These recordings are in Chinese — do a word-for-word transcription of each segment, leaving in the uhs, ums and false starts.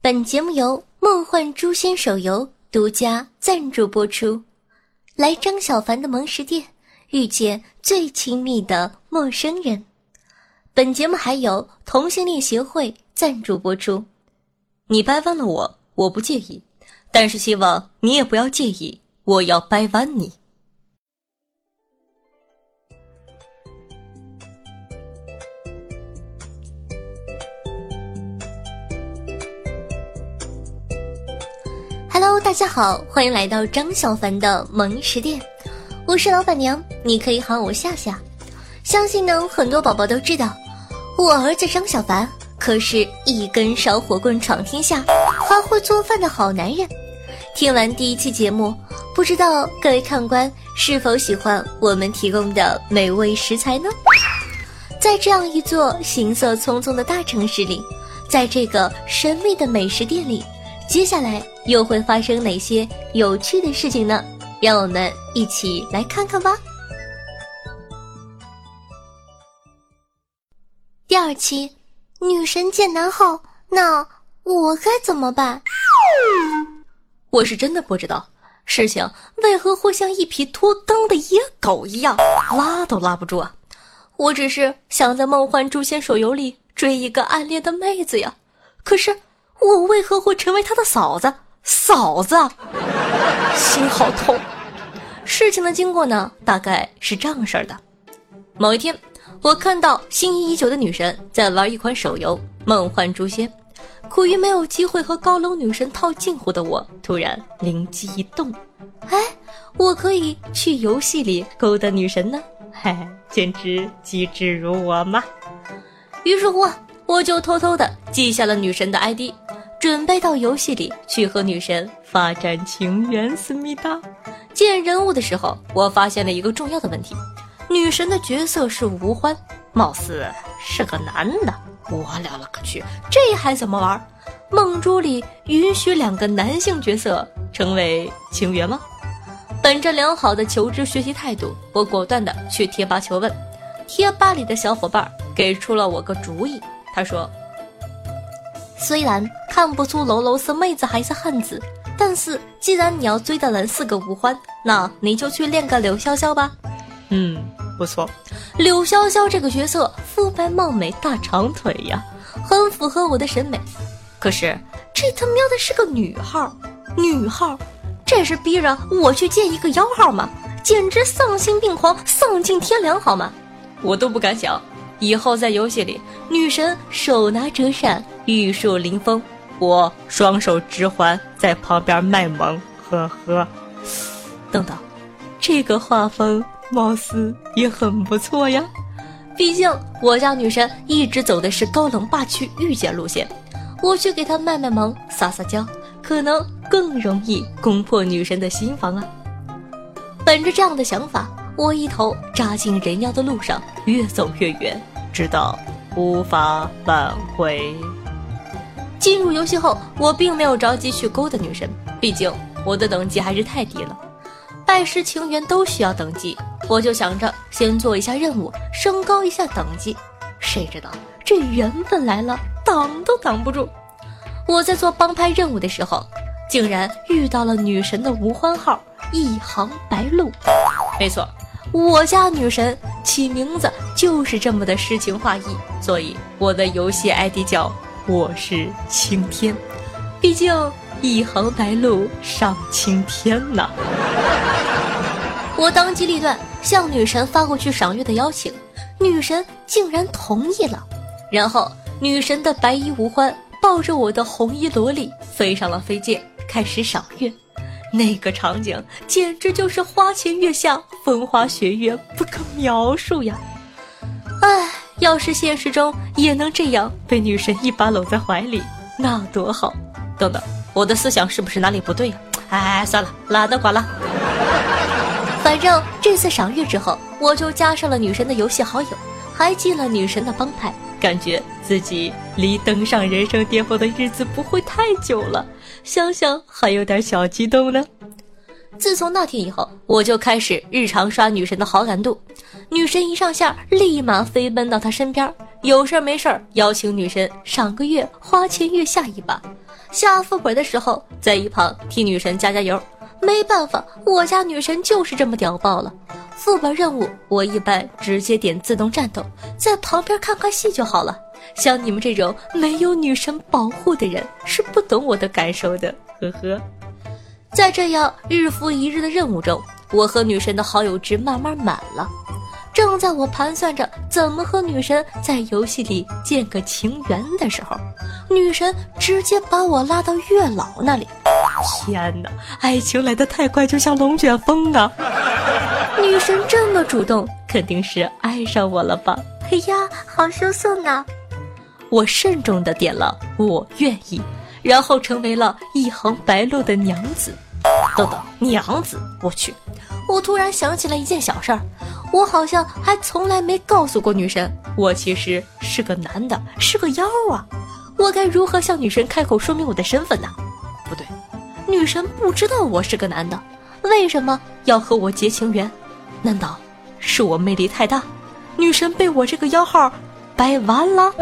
本节目由梦幻诛仙手游独家赞助播出。来张小凡的萌食店，遇见最亲密的陌生人。本节目还有同性恋协会赞助播出。你掰弯了我，我不介意，但是希望你也不要介意，我要掰弯你。Hello， 大家好，欢迎来到张小凡的萌食店，我是老板娘，你可以喊我夏夏。相信呢，很多宝宝都知道，我儿子张小凡可是一根烧火棍闯天下，还会做饭的好男人。听完第一期节目，不知道各位看官是否喜欢我们提供的美味食材呢？在这样一座行色匆匆的大城市里，在这个神秘的美食店里，接下来又会发生哪些有趣的事情呢？让我们一起来看看吧。第二期，女神见男后，那我该怎么办？我是真的不知道，事情为何会像一匹脱缰的野狗一样，拉都拉不住啊！我只是想在梦幻诛仙手游里追一个暗恋的妹子呀，可是我为何会成为他的嫂子？嫂子，心好痛。事情的经过呢，大概是这样事儿的。某一天，我看到心仪已久的女神在玩一款手游《梦幻诛仙》，苦于没有机会和高冷女神套近乎的我，突然灵机一动，哎，我可以去游戏里勾搭女神呢，嘿，简直机智如我嘛！于是乎，我就偷偷地记下了女神的 I D， 准备到游戏里去和女神发展情缘，思密达。见人物的时候，我发现了一个重要的问题，女神的角色是吴欢，貌似是个男的。我了了个去，这还怎么玩？梦珠里允许两个男性角色成为情缘吗？本着良好的求知学习态度，我果断地去贴吧求问。贴吧里的小伙伴给出了我个主意，他说，虽然看不出楼楼是妹子还是汉子，但是既然你要追的人是个吴欢，那你就去练个柳潇潇吧。嗯，不错，柳潇潇这个角色肤白貌美大长腿呀，很符合我的审美。可是这他喵的是个女号，女号，这是逼着我去见一个妖号吗？简直丧心病狂，丧尽天良好吗？我都不敢想以后在游戏里，女神手拿折扇，玉树临风，我双手指环在旁边卖萌，呵呵。等等，这个画风貌似也很不错呀。毕竟我家女神一直走的是高冷霸气御姐路线，我去给她卖卖萌撒撒娇，可能更容易攻破女神的心房啊。本着这样的想法，我一头扎进人妖的路上，越走越远，直到无法挽回。进入游戏后，我并没有着急去勾搭女神，毕竟我的等级还是太低了，拜师情缘都需要等级，我就想着先做一下任务，升高一下等级。谁知道这缘分来了，挡都挡不住。我在做帮派任务的时候，竟然遇到了女神的无欢号一行白鹭。没错，我家女神起名字就是这么的诗情画意，所以我的游戏 I D 叫我是青天，毕竟一行白鹭上青天呢。我当机立断向女神发过去赏月的邀请，女神竟然同意了。然后女神的白衣无欢抱着我的红衣萝莉飞上了飞剑，开始赏月。那个场景简直就是花前月下，风花雪月，不可描述呀！唉，要是现实中也能这样被女神一把搂在怀里，那多好。等等，我的思想是不是哪里不对呀？哎，算了，懒得管了。反正这次赏月之后，我就加上了女神的游戏好友，还进了女神的帮派，感觉自己离登上人生巅峰的日子不会太久了，想想还有点小激动呢。 自从那天以后，我就开始日常刷女神的好感度，女神一上线立马飞奔到她身边，有事没事邀请女神上个月花前月下一把，下副本的时候在一旁替女神加加油。没办法，我家女神就是这么屌爆了。副本任务我一般直接点自动战斗，在旁边看看戏就好了。像你们这种没有女神保护的人是不懂我的感受的，呵呵。在这样日复一日的任务中，我和女神的好友值慢慢满了。正在我盘算着怎么和女神在游戏里建个情缘的时候，女神直接把我拉到月老那里。天哪，爱情来得太快，就像龙卷风啊！女神这么主动，肯定是爱上我了吧？哎呀，好羞涩呢！我慎重地点了我愿意，然后成为了一行白鹭的娘子。等等，娘子，我去！我突然想起了一件小事儿，我好像还从来没告诉过女神，我其实是个男的，是个妖啊！我该如何向女神开口说明我的身份呢？不对，女神不知道我是个男的，为什么要和我结情缘？难道是我魅力太大，女神被我这个妖号掰弯了？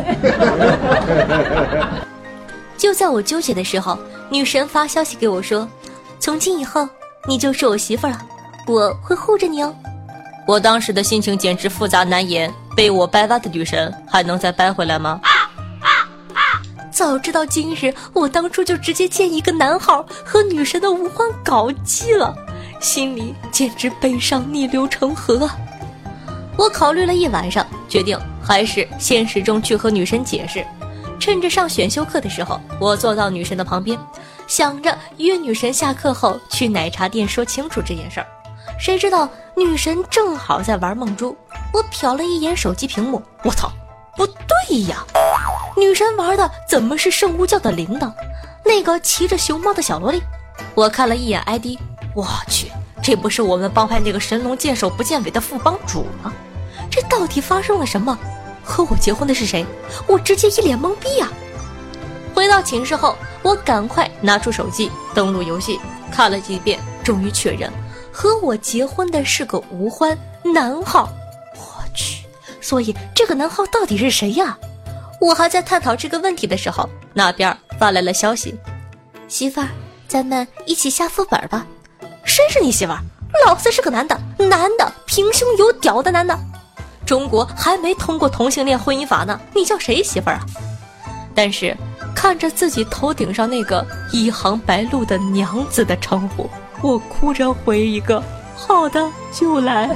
就在我纠结的时候，女神发消息给我说，从今以后你就是我媳妇了，我会护着你哦。我当时的心情简直复杂难言，被我掰弯的女神还能再掰回来吗？早知道今日，我当初就直接建一个男号和女神的无欢搞基了，心里简直悲伤逆流成河啊！我考虑了一晚上，决定还是现实中去和女神解释。趁着上选修课的时候，我坐到女神的旁边，想着约女神下课后去奶茶店说清楚这件事儿。谁知道女神正好在玩梦珠，我瞟了一眼手机屏幕，我操，不对呀！女神玩的怎么是圣物教的铃铛，那个骑着熊猫的小萝莉？我看了一眼 I D， 我去，这不是我们帮派那个神龙见首不见尾的副帮主吗？这到底发生了什么？和我结婚的是谁？我直接一脸懵逼啊！回到寝室后，我赶快拿出手机登录游戏，看了几遍，终于确认和我结婚的是个无欢男号。我去，所以这个男号到底是谁呀？我还在探讨这个问题的时候，那边发来了消息，媳妇儿，咱们一起下副本吧。谁是你媳妇儿？老子是个男的，男的平胸有屌的男的。中国还没通过同性恋婚姻法呢，你叫谁媳妇儿啊？但是看着自己头顶上那个一行白鹭的娘子的称呼，我哭着回一个好的就来。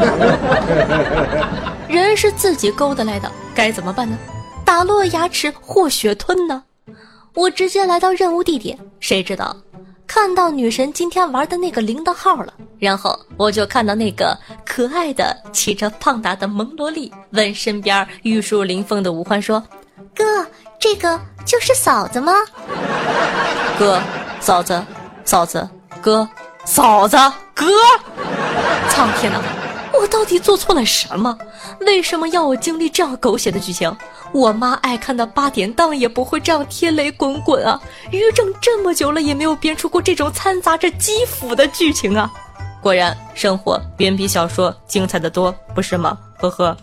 人是自己勾搭来的，该怎么办呢？打落牙齿或血吞呢？我直接来到任务地点，谁知道看到女神今天玩的那个铃铛号了，然后我就看到那个可爱的骑着胖达的萌萝莉问身边玉树临风的吴欢说，哥，这个就是嫂子吗？哥，嫂子，嫂子，哥，嫂子，哥！苍天哪，我到底做错了什么？为什么要我经历这样狗血的剧情？我妈爱看的八点档也不会这样天雷滚滚啊！于正这么久了也没有编出过这种掺杂着基辅的剧情啊！果然，生活远比小说精彩的多，不是吗？呵呵。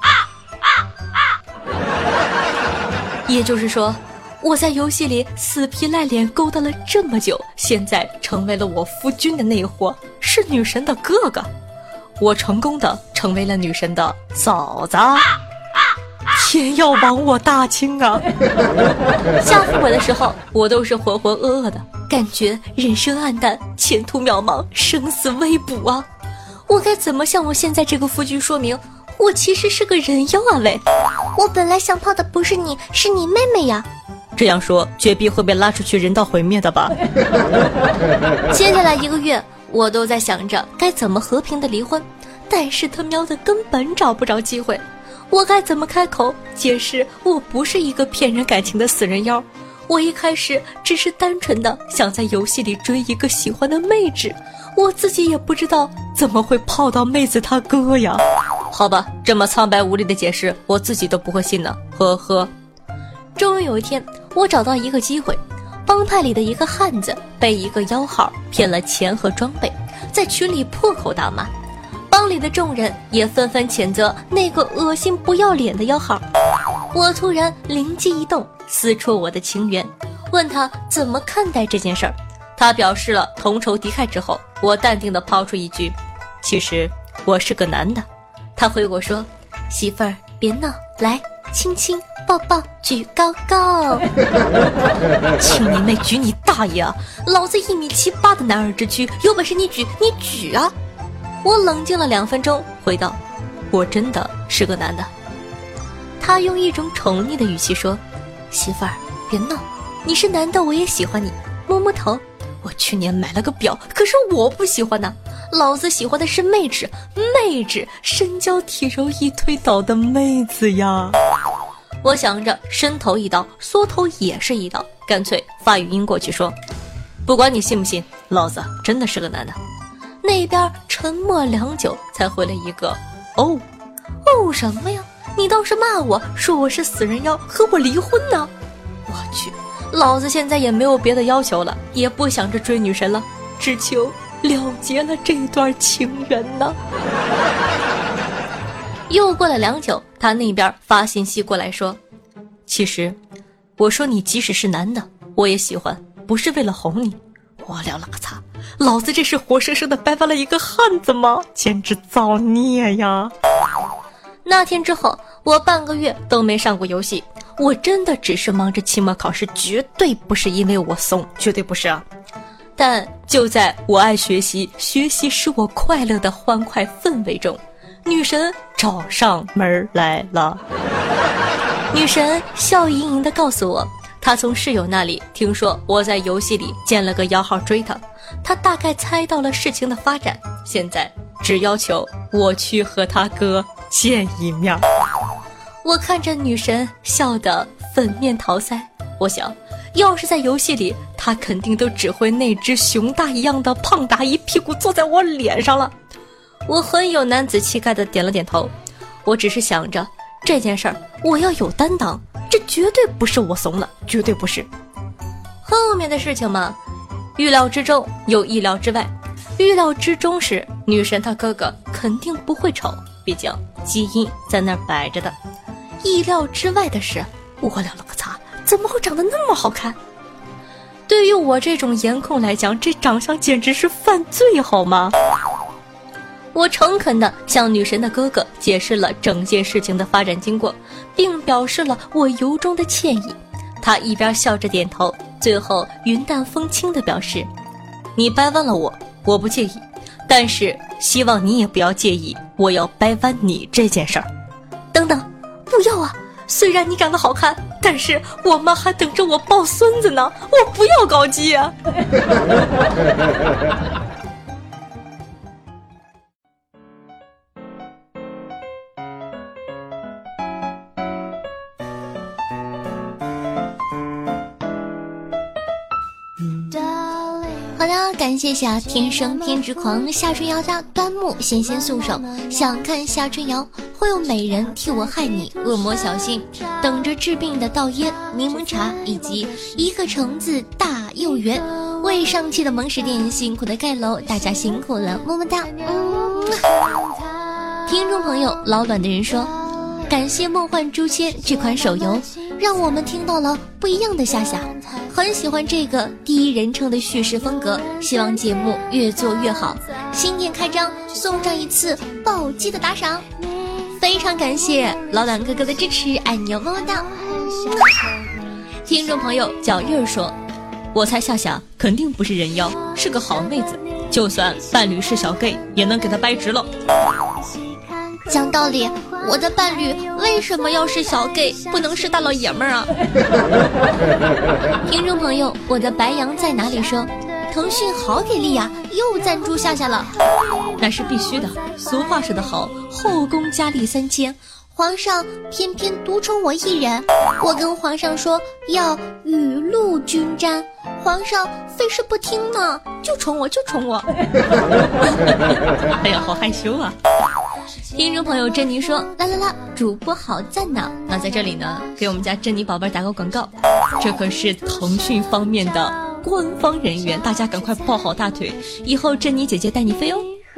也就是说，我在游戏里死皮赖脸勾搭了这么久，现在成为了我夫君的那货是女神的哥哥，我成功的成为了女神的嫂子。天要亡我大清啊！下副本的时候，我都是浑浑噩噩的，感觉人生暗淡，前途渺茫，生死未卜啊！我该怎么向我现在这个夫君说明，我其实是个人妖啊？喂，我本来想泡的不是你，是你妹妹呀！这样说，绝壁会被拉出去人道毁灭的吧？接下来一个月，我都在想着该怎么和平的离婚，但是他喵的根本找不着机会。我该怎么开口解释我不是一个骗人感情的死人妖？我一开始只是单纯的想在游戏里追一个喜欢的妹纸，我自己也不知道怎么会泡到妹子他哥呀。好吧，这么苍白无力的解释我自己都不会信呢，呵呵。终于有一天，我找到一个机会，帮派里的一个汉子被一个妖号骗了钱和装备， 在群里破口大骂，帮里的众人也纷纷谴责那个恶心不要脸的妖号。我突然灵机一动，撕戳我的情缘，问他怎么看待这件事儿。他表示了同仇敌忾之后，我淡定地抛出一句：其实我是个男的。他回我说：媳妇儿别闹，来亲亲抱抱举高高。亲你妹举你大爷啊，老子一米七八的男儿之躯，有本事你举你举啊。我冷静了两分钟，回道：我真的是个男的。他用一种宠溺的语气说：媳妇儿别闹，你是男的我也喜欢你，摸摸头。我去年买了个表，可是我不喜欢呢，老子喜欢的是妹纸，妹纸身娇体柔一推倒的妹子呀。我想着伸头一刀，缩头也是一刀，干脆发语音过去说：不管你信不信，老子真的是个男的。那边沉默良久，才回了一个哦。哦什么呀，你倒是骂我说我是死人妖，和我离婚呢。我去，老子现在也没有别的要求了，也不想着追女神了，只求了结了这段情缘呢。又过了良久，他那边发信息过来说：其实我说你即使是男的我也喜欢，不是为了哄你。我了了个擦，老子这是活生生的掰弯了一个汉子吗？简直造孽呀。那天之后我半个月都没上过游戏，我真的只是忙着期末考试，绝对不是因为我怂，绝对不是啊。但就在我爱学习，学习使我快乐的欢快氛围中，女神找上门来了。女神笑盈盈地告诉我，她从室友那里听说我在游戏里见了个妖号追她，她大概猜到了事情的发展，现在只要求我去和她哥见一面。我看着女神笑得粉面桃腮，我想要是在游戏里，她肯定都只会那只熊大一样的胖达一屁股坐在我脸上了。我很有男子气概的点了点头，我只是想着这件事儿我要有担当，这绝对不是我怂了，绝对不是。后面的事情嘛，预料之中有意料之外，预料之中时女神她哥哥肯定不会丑，毕竟基因在那儿摆着的。意料之外的是，我了了个擦，怎么会长得那么好看？对于我这种颜控来讲，这长相简直是犯罪好吗？我诚恳地向女神的哥哥解释了整件事情的发展经过，并表示了我由衷的歉意。他一边笑着点头，最后云淡风轻地表示：你掰弯了我，我不介意，但是希望你也不要介意我要掰弯你这件事儿。等等，不要啊！虽然你长得好看，但是我妈还等着我抱孙子呢，我不要搞基啊！好的，感谢下天生偏执狂夏春瑶家端木纤纤素手，想看夏春瑶会有美人替我害你，恶魔小心等着治病的稻烟柠檬茶，以及一个橙子大又圆。为上期的萌食店辛苦的盖楼，大家辛苦了，么么哒。嗯，听众朋友老卵的人说，感谢梦幻诛仙这款手游，让我们听到了不一样的夏夏，很喜欢这个第一人称的叙事风格，希望节目越做越好。新店开张，送上一次暴击的打赏，非常感谢老卵哥哥的支持，爱你哦，么么哒。听众朋友小月儿说，我猜夏夏肯定不是人妖，是个好妹子，就算伴侣是小 gay 也能给他掰直了。讲道理，我的伴侣为什么要是小 gay 不能是大老爷们儿啊？听众朋友我的白羊在哪里说，腾讯好给力呀，又赞助夏夏了。那是必须的，俗话说得好，后宫佳丽三千，皇上偏偏独宠我一人。我跟皇上说要雨露均沾，皇上非是不听呢，就宠我就宠我。哎呀，好害羞啊。听众朋友珍妮说，啦啦啦，主播好赞呐！那在这里呢，给我们家珍妮宝贝打个广告，这可是腾讯方面的官方人员，大家赶快抱好大腿，以后珍妮姐姐带你飞哦。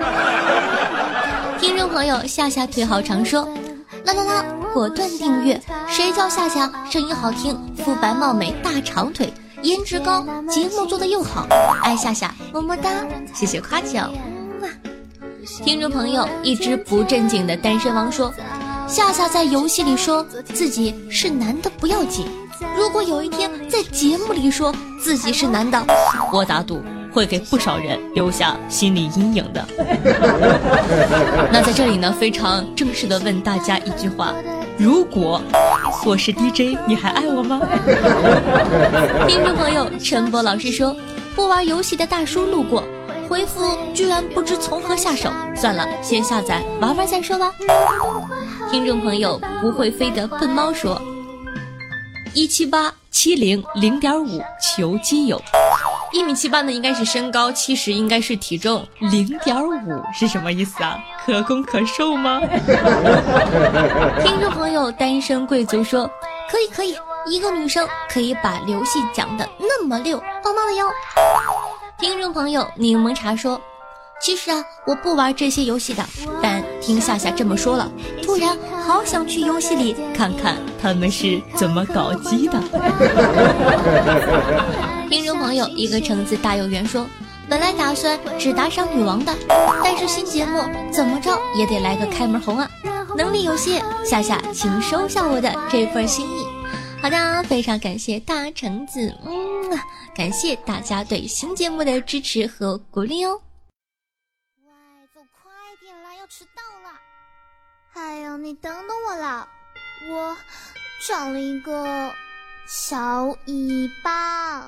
听众朋友夏夏腿好长说，啦啦啦，果断订阅。谁叫夏夏声音好听，肤白貌美，大长腿，颜值高，节目做得又好，爱夏夏，么么哒，谢谢夸奖。听众朋友一只不正经的单身汪说，夏夏在游戏里说自己是男的不要紧，如果有一天在节目里说自己是男的，我打赌会给不少人留下心理阴影的。那在这里呢，非常正式的问大家一句话，如果我是 D J， 你还爱我吗？听众朋友陈博老师说，不玩游戏的大叔路过，回复居然不知从何下手，算了，先下载玩玩再说吧。听众朋友不会飞的笨猫说，一七八七零零点五求基友。一米七八呢应该是身高，七十应该是体重，零点五是什么意思啊？可攻可受吗？听众朋友单身贵族说，可以可以，一个女生可以把游戏讲得那么溜，棒棒的哟。听众朋友柠檬茶说，其实啊我不玩这些游戏的，但听夏夏这么说了，突然好想去游戏里看看他们是怎么搞基的。听众朋友一个橙子大有缘说，本来打算只打赏女王的，但是新节目怎么着也得来个开门红啊，能力有限，夏夏请收下我的这份心意。好的，非常感谢大橙子，嗯，感谢大家对新节目的支持和鼓励哦。 喂，走快点啦，要迟到了。哎呀，你等等我啦，我长了一个小尾巴。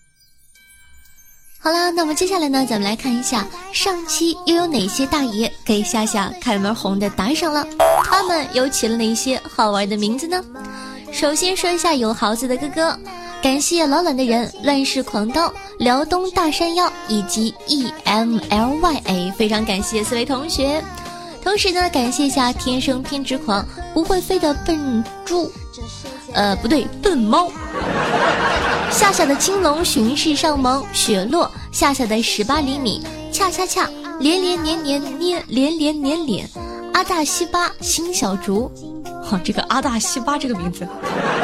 好了，那么接下来呢，咱们来看一下上期又有哪些大爷给夏夏开门红的打赏了，他们又起了哪些好玩的名字呢？首先说一下有豪子的哥哥，感谢老懒的人、乱世狂刀、辽东大山腰以及 E M L Y A， 非常感谢四位同学。同时呢，感谢一下天生偏执狂、不会飞的笨猪，呃，不对，笨猫。夏夏的青龙巡视上蒙雪落，夏夏的十八厘米恰恰恰连连年年捏连连年脸，阿大西巴新小竹，哦，这个阿大西巴这个名字。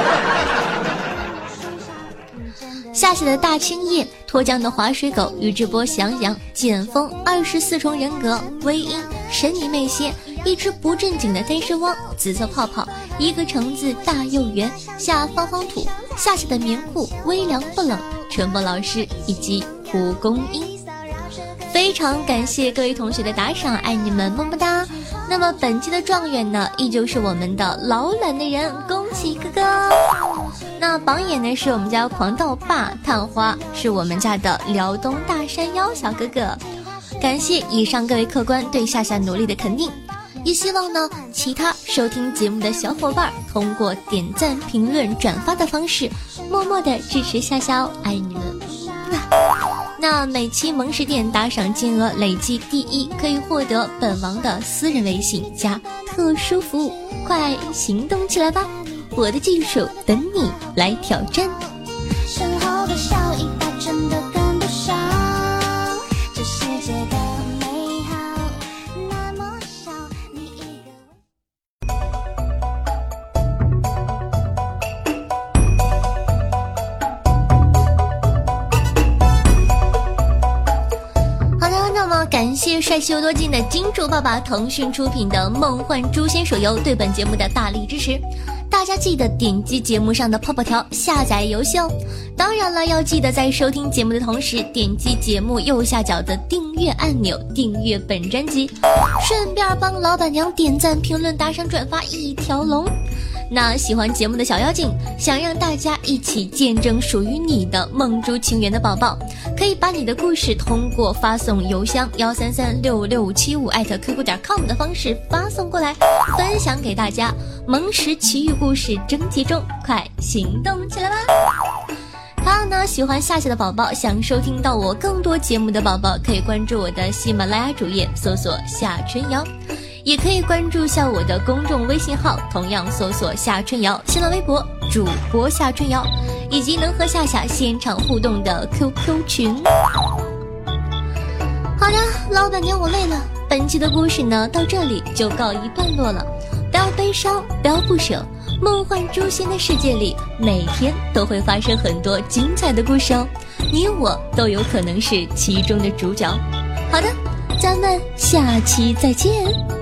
夏夏的大青叶，脱缰的滑水狗，宇智波翔阳，简风，二十四重人格，微音，神尼妹蝎，一只不正经的单身汪，紫色泡泡，一个橙子大又圆，下方方土，夏夏的棉裤，微凉不冷，陈博老师以及蒲公英。非常感谢各位同学的打赏，爱你们，么么哒。那么本期的状元呢，依旧是我们的老懒的人，恭喜哥哥。那榜眼呢是我们家狂盗霸，探花是我们家的辽东大山腰小哥哥。感谢以上各位客官对夏夏努力的肯定，也希望呢其他收听节目的小伙伴通过点赞、评论、转发的方式，默默的支持夏夏哦，爱你们。那每期萌食店打赏金额累计第一，可以获得本王的私人微信加特殊服务，快行动起来吧！我的技术等你来挑战。 身后的小尾巴真的跟不上这世界的美好，那么小，你一个好的，那么感谢帅气又多金的金主爸爸腾讯出品的梦幻诛仙手游对本节目的大力支持，大家记得点击节目上的泡泡条下载游戏哦。当然了，要记得在收听节目的同时点击节目右下角的订阅按钮，订阅本专辑，顺便帮老板娘点赞、评论、打赏、转发一条龙。那喜欢节目的小妖精，想让大家一起见证属于你的梦珠情缘的宝宝，可以把你的故事通过发送邮箱幺三三六六七五艾特 Q Q 点 com 的方式发送过来，分享给大家。萌食奇遇故事征集中，快行动起来吧！还有呢，喜欢夏夏的宝宝，想收听到我更多节目的宝宝，可以关注我的喜马拉雅主页，搜索夏春瑶。也可以关注一下我的公众微信号，同样搜索夏春瑶。新浪微博主播夏春瑶，以及能和夏夏现场互动的 Q Q 群。好的，老板娘我累了，本期的故事呢到这里就告一段落了。不要悲伤，不要不舍，梦幻诛仙的世界里每天都会发生很多精彩的故事哦，你我都有可能是其中的主角。好的，咱们下期再见。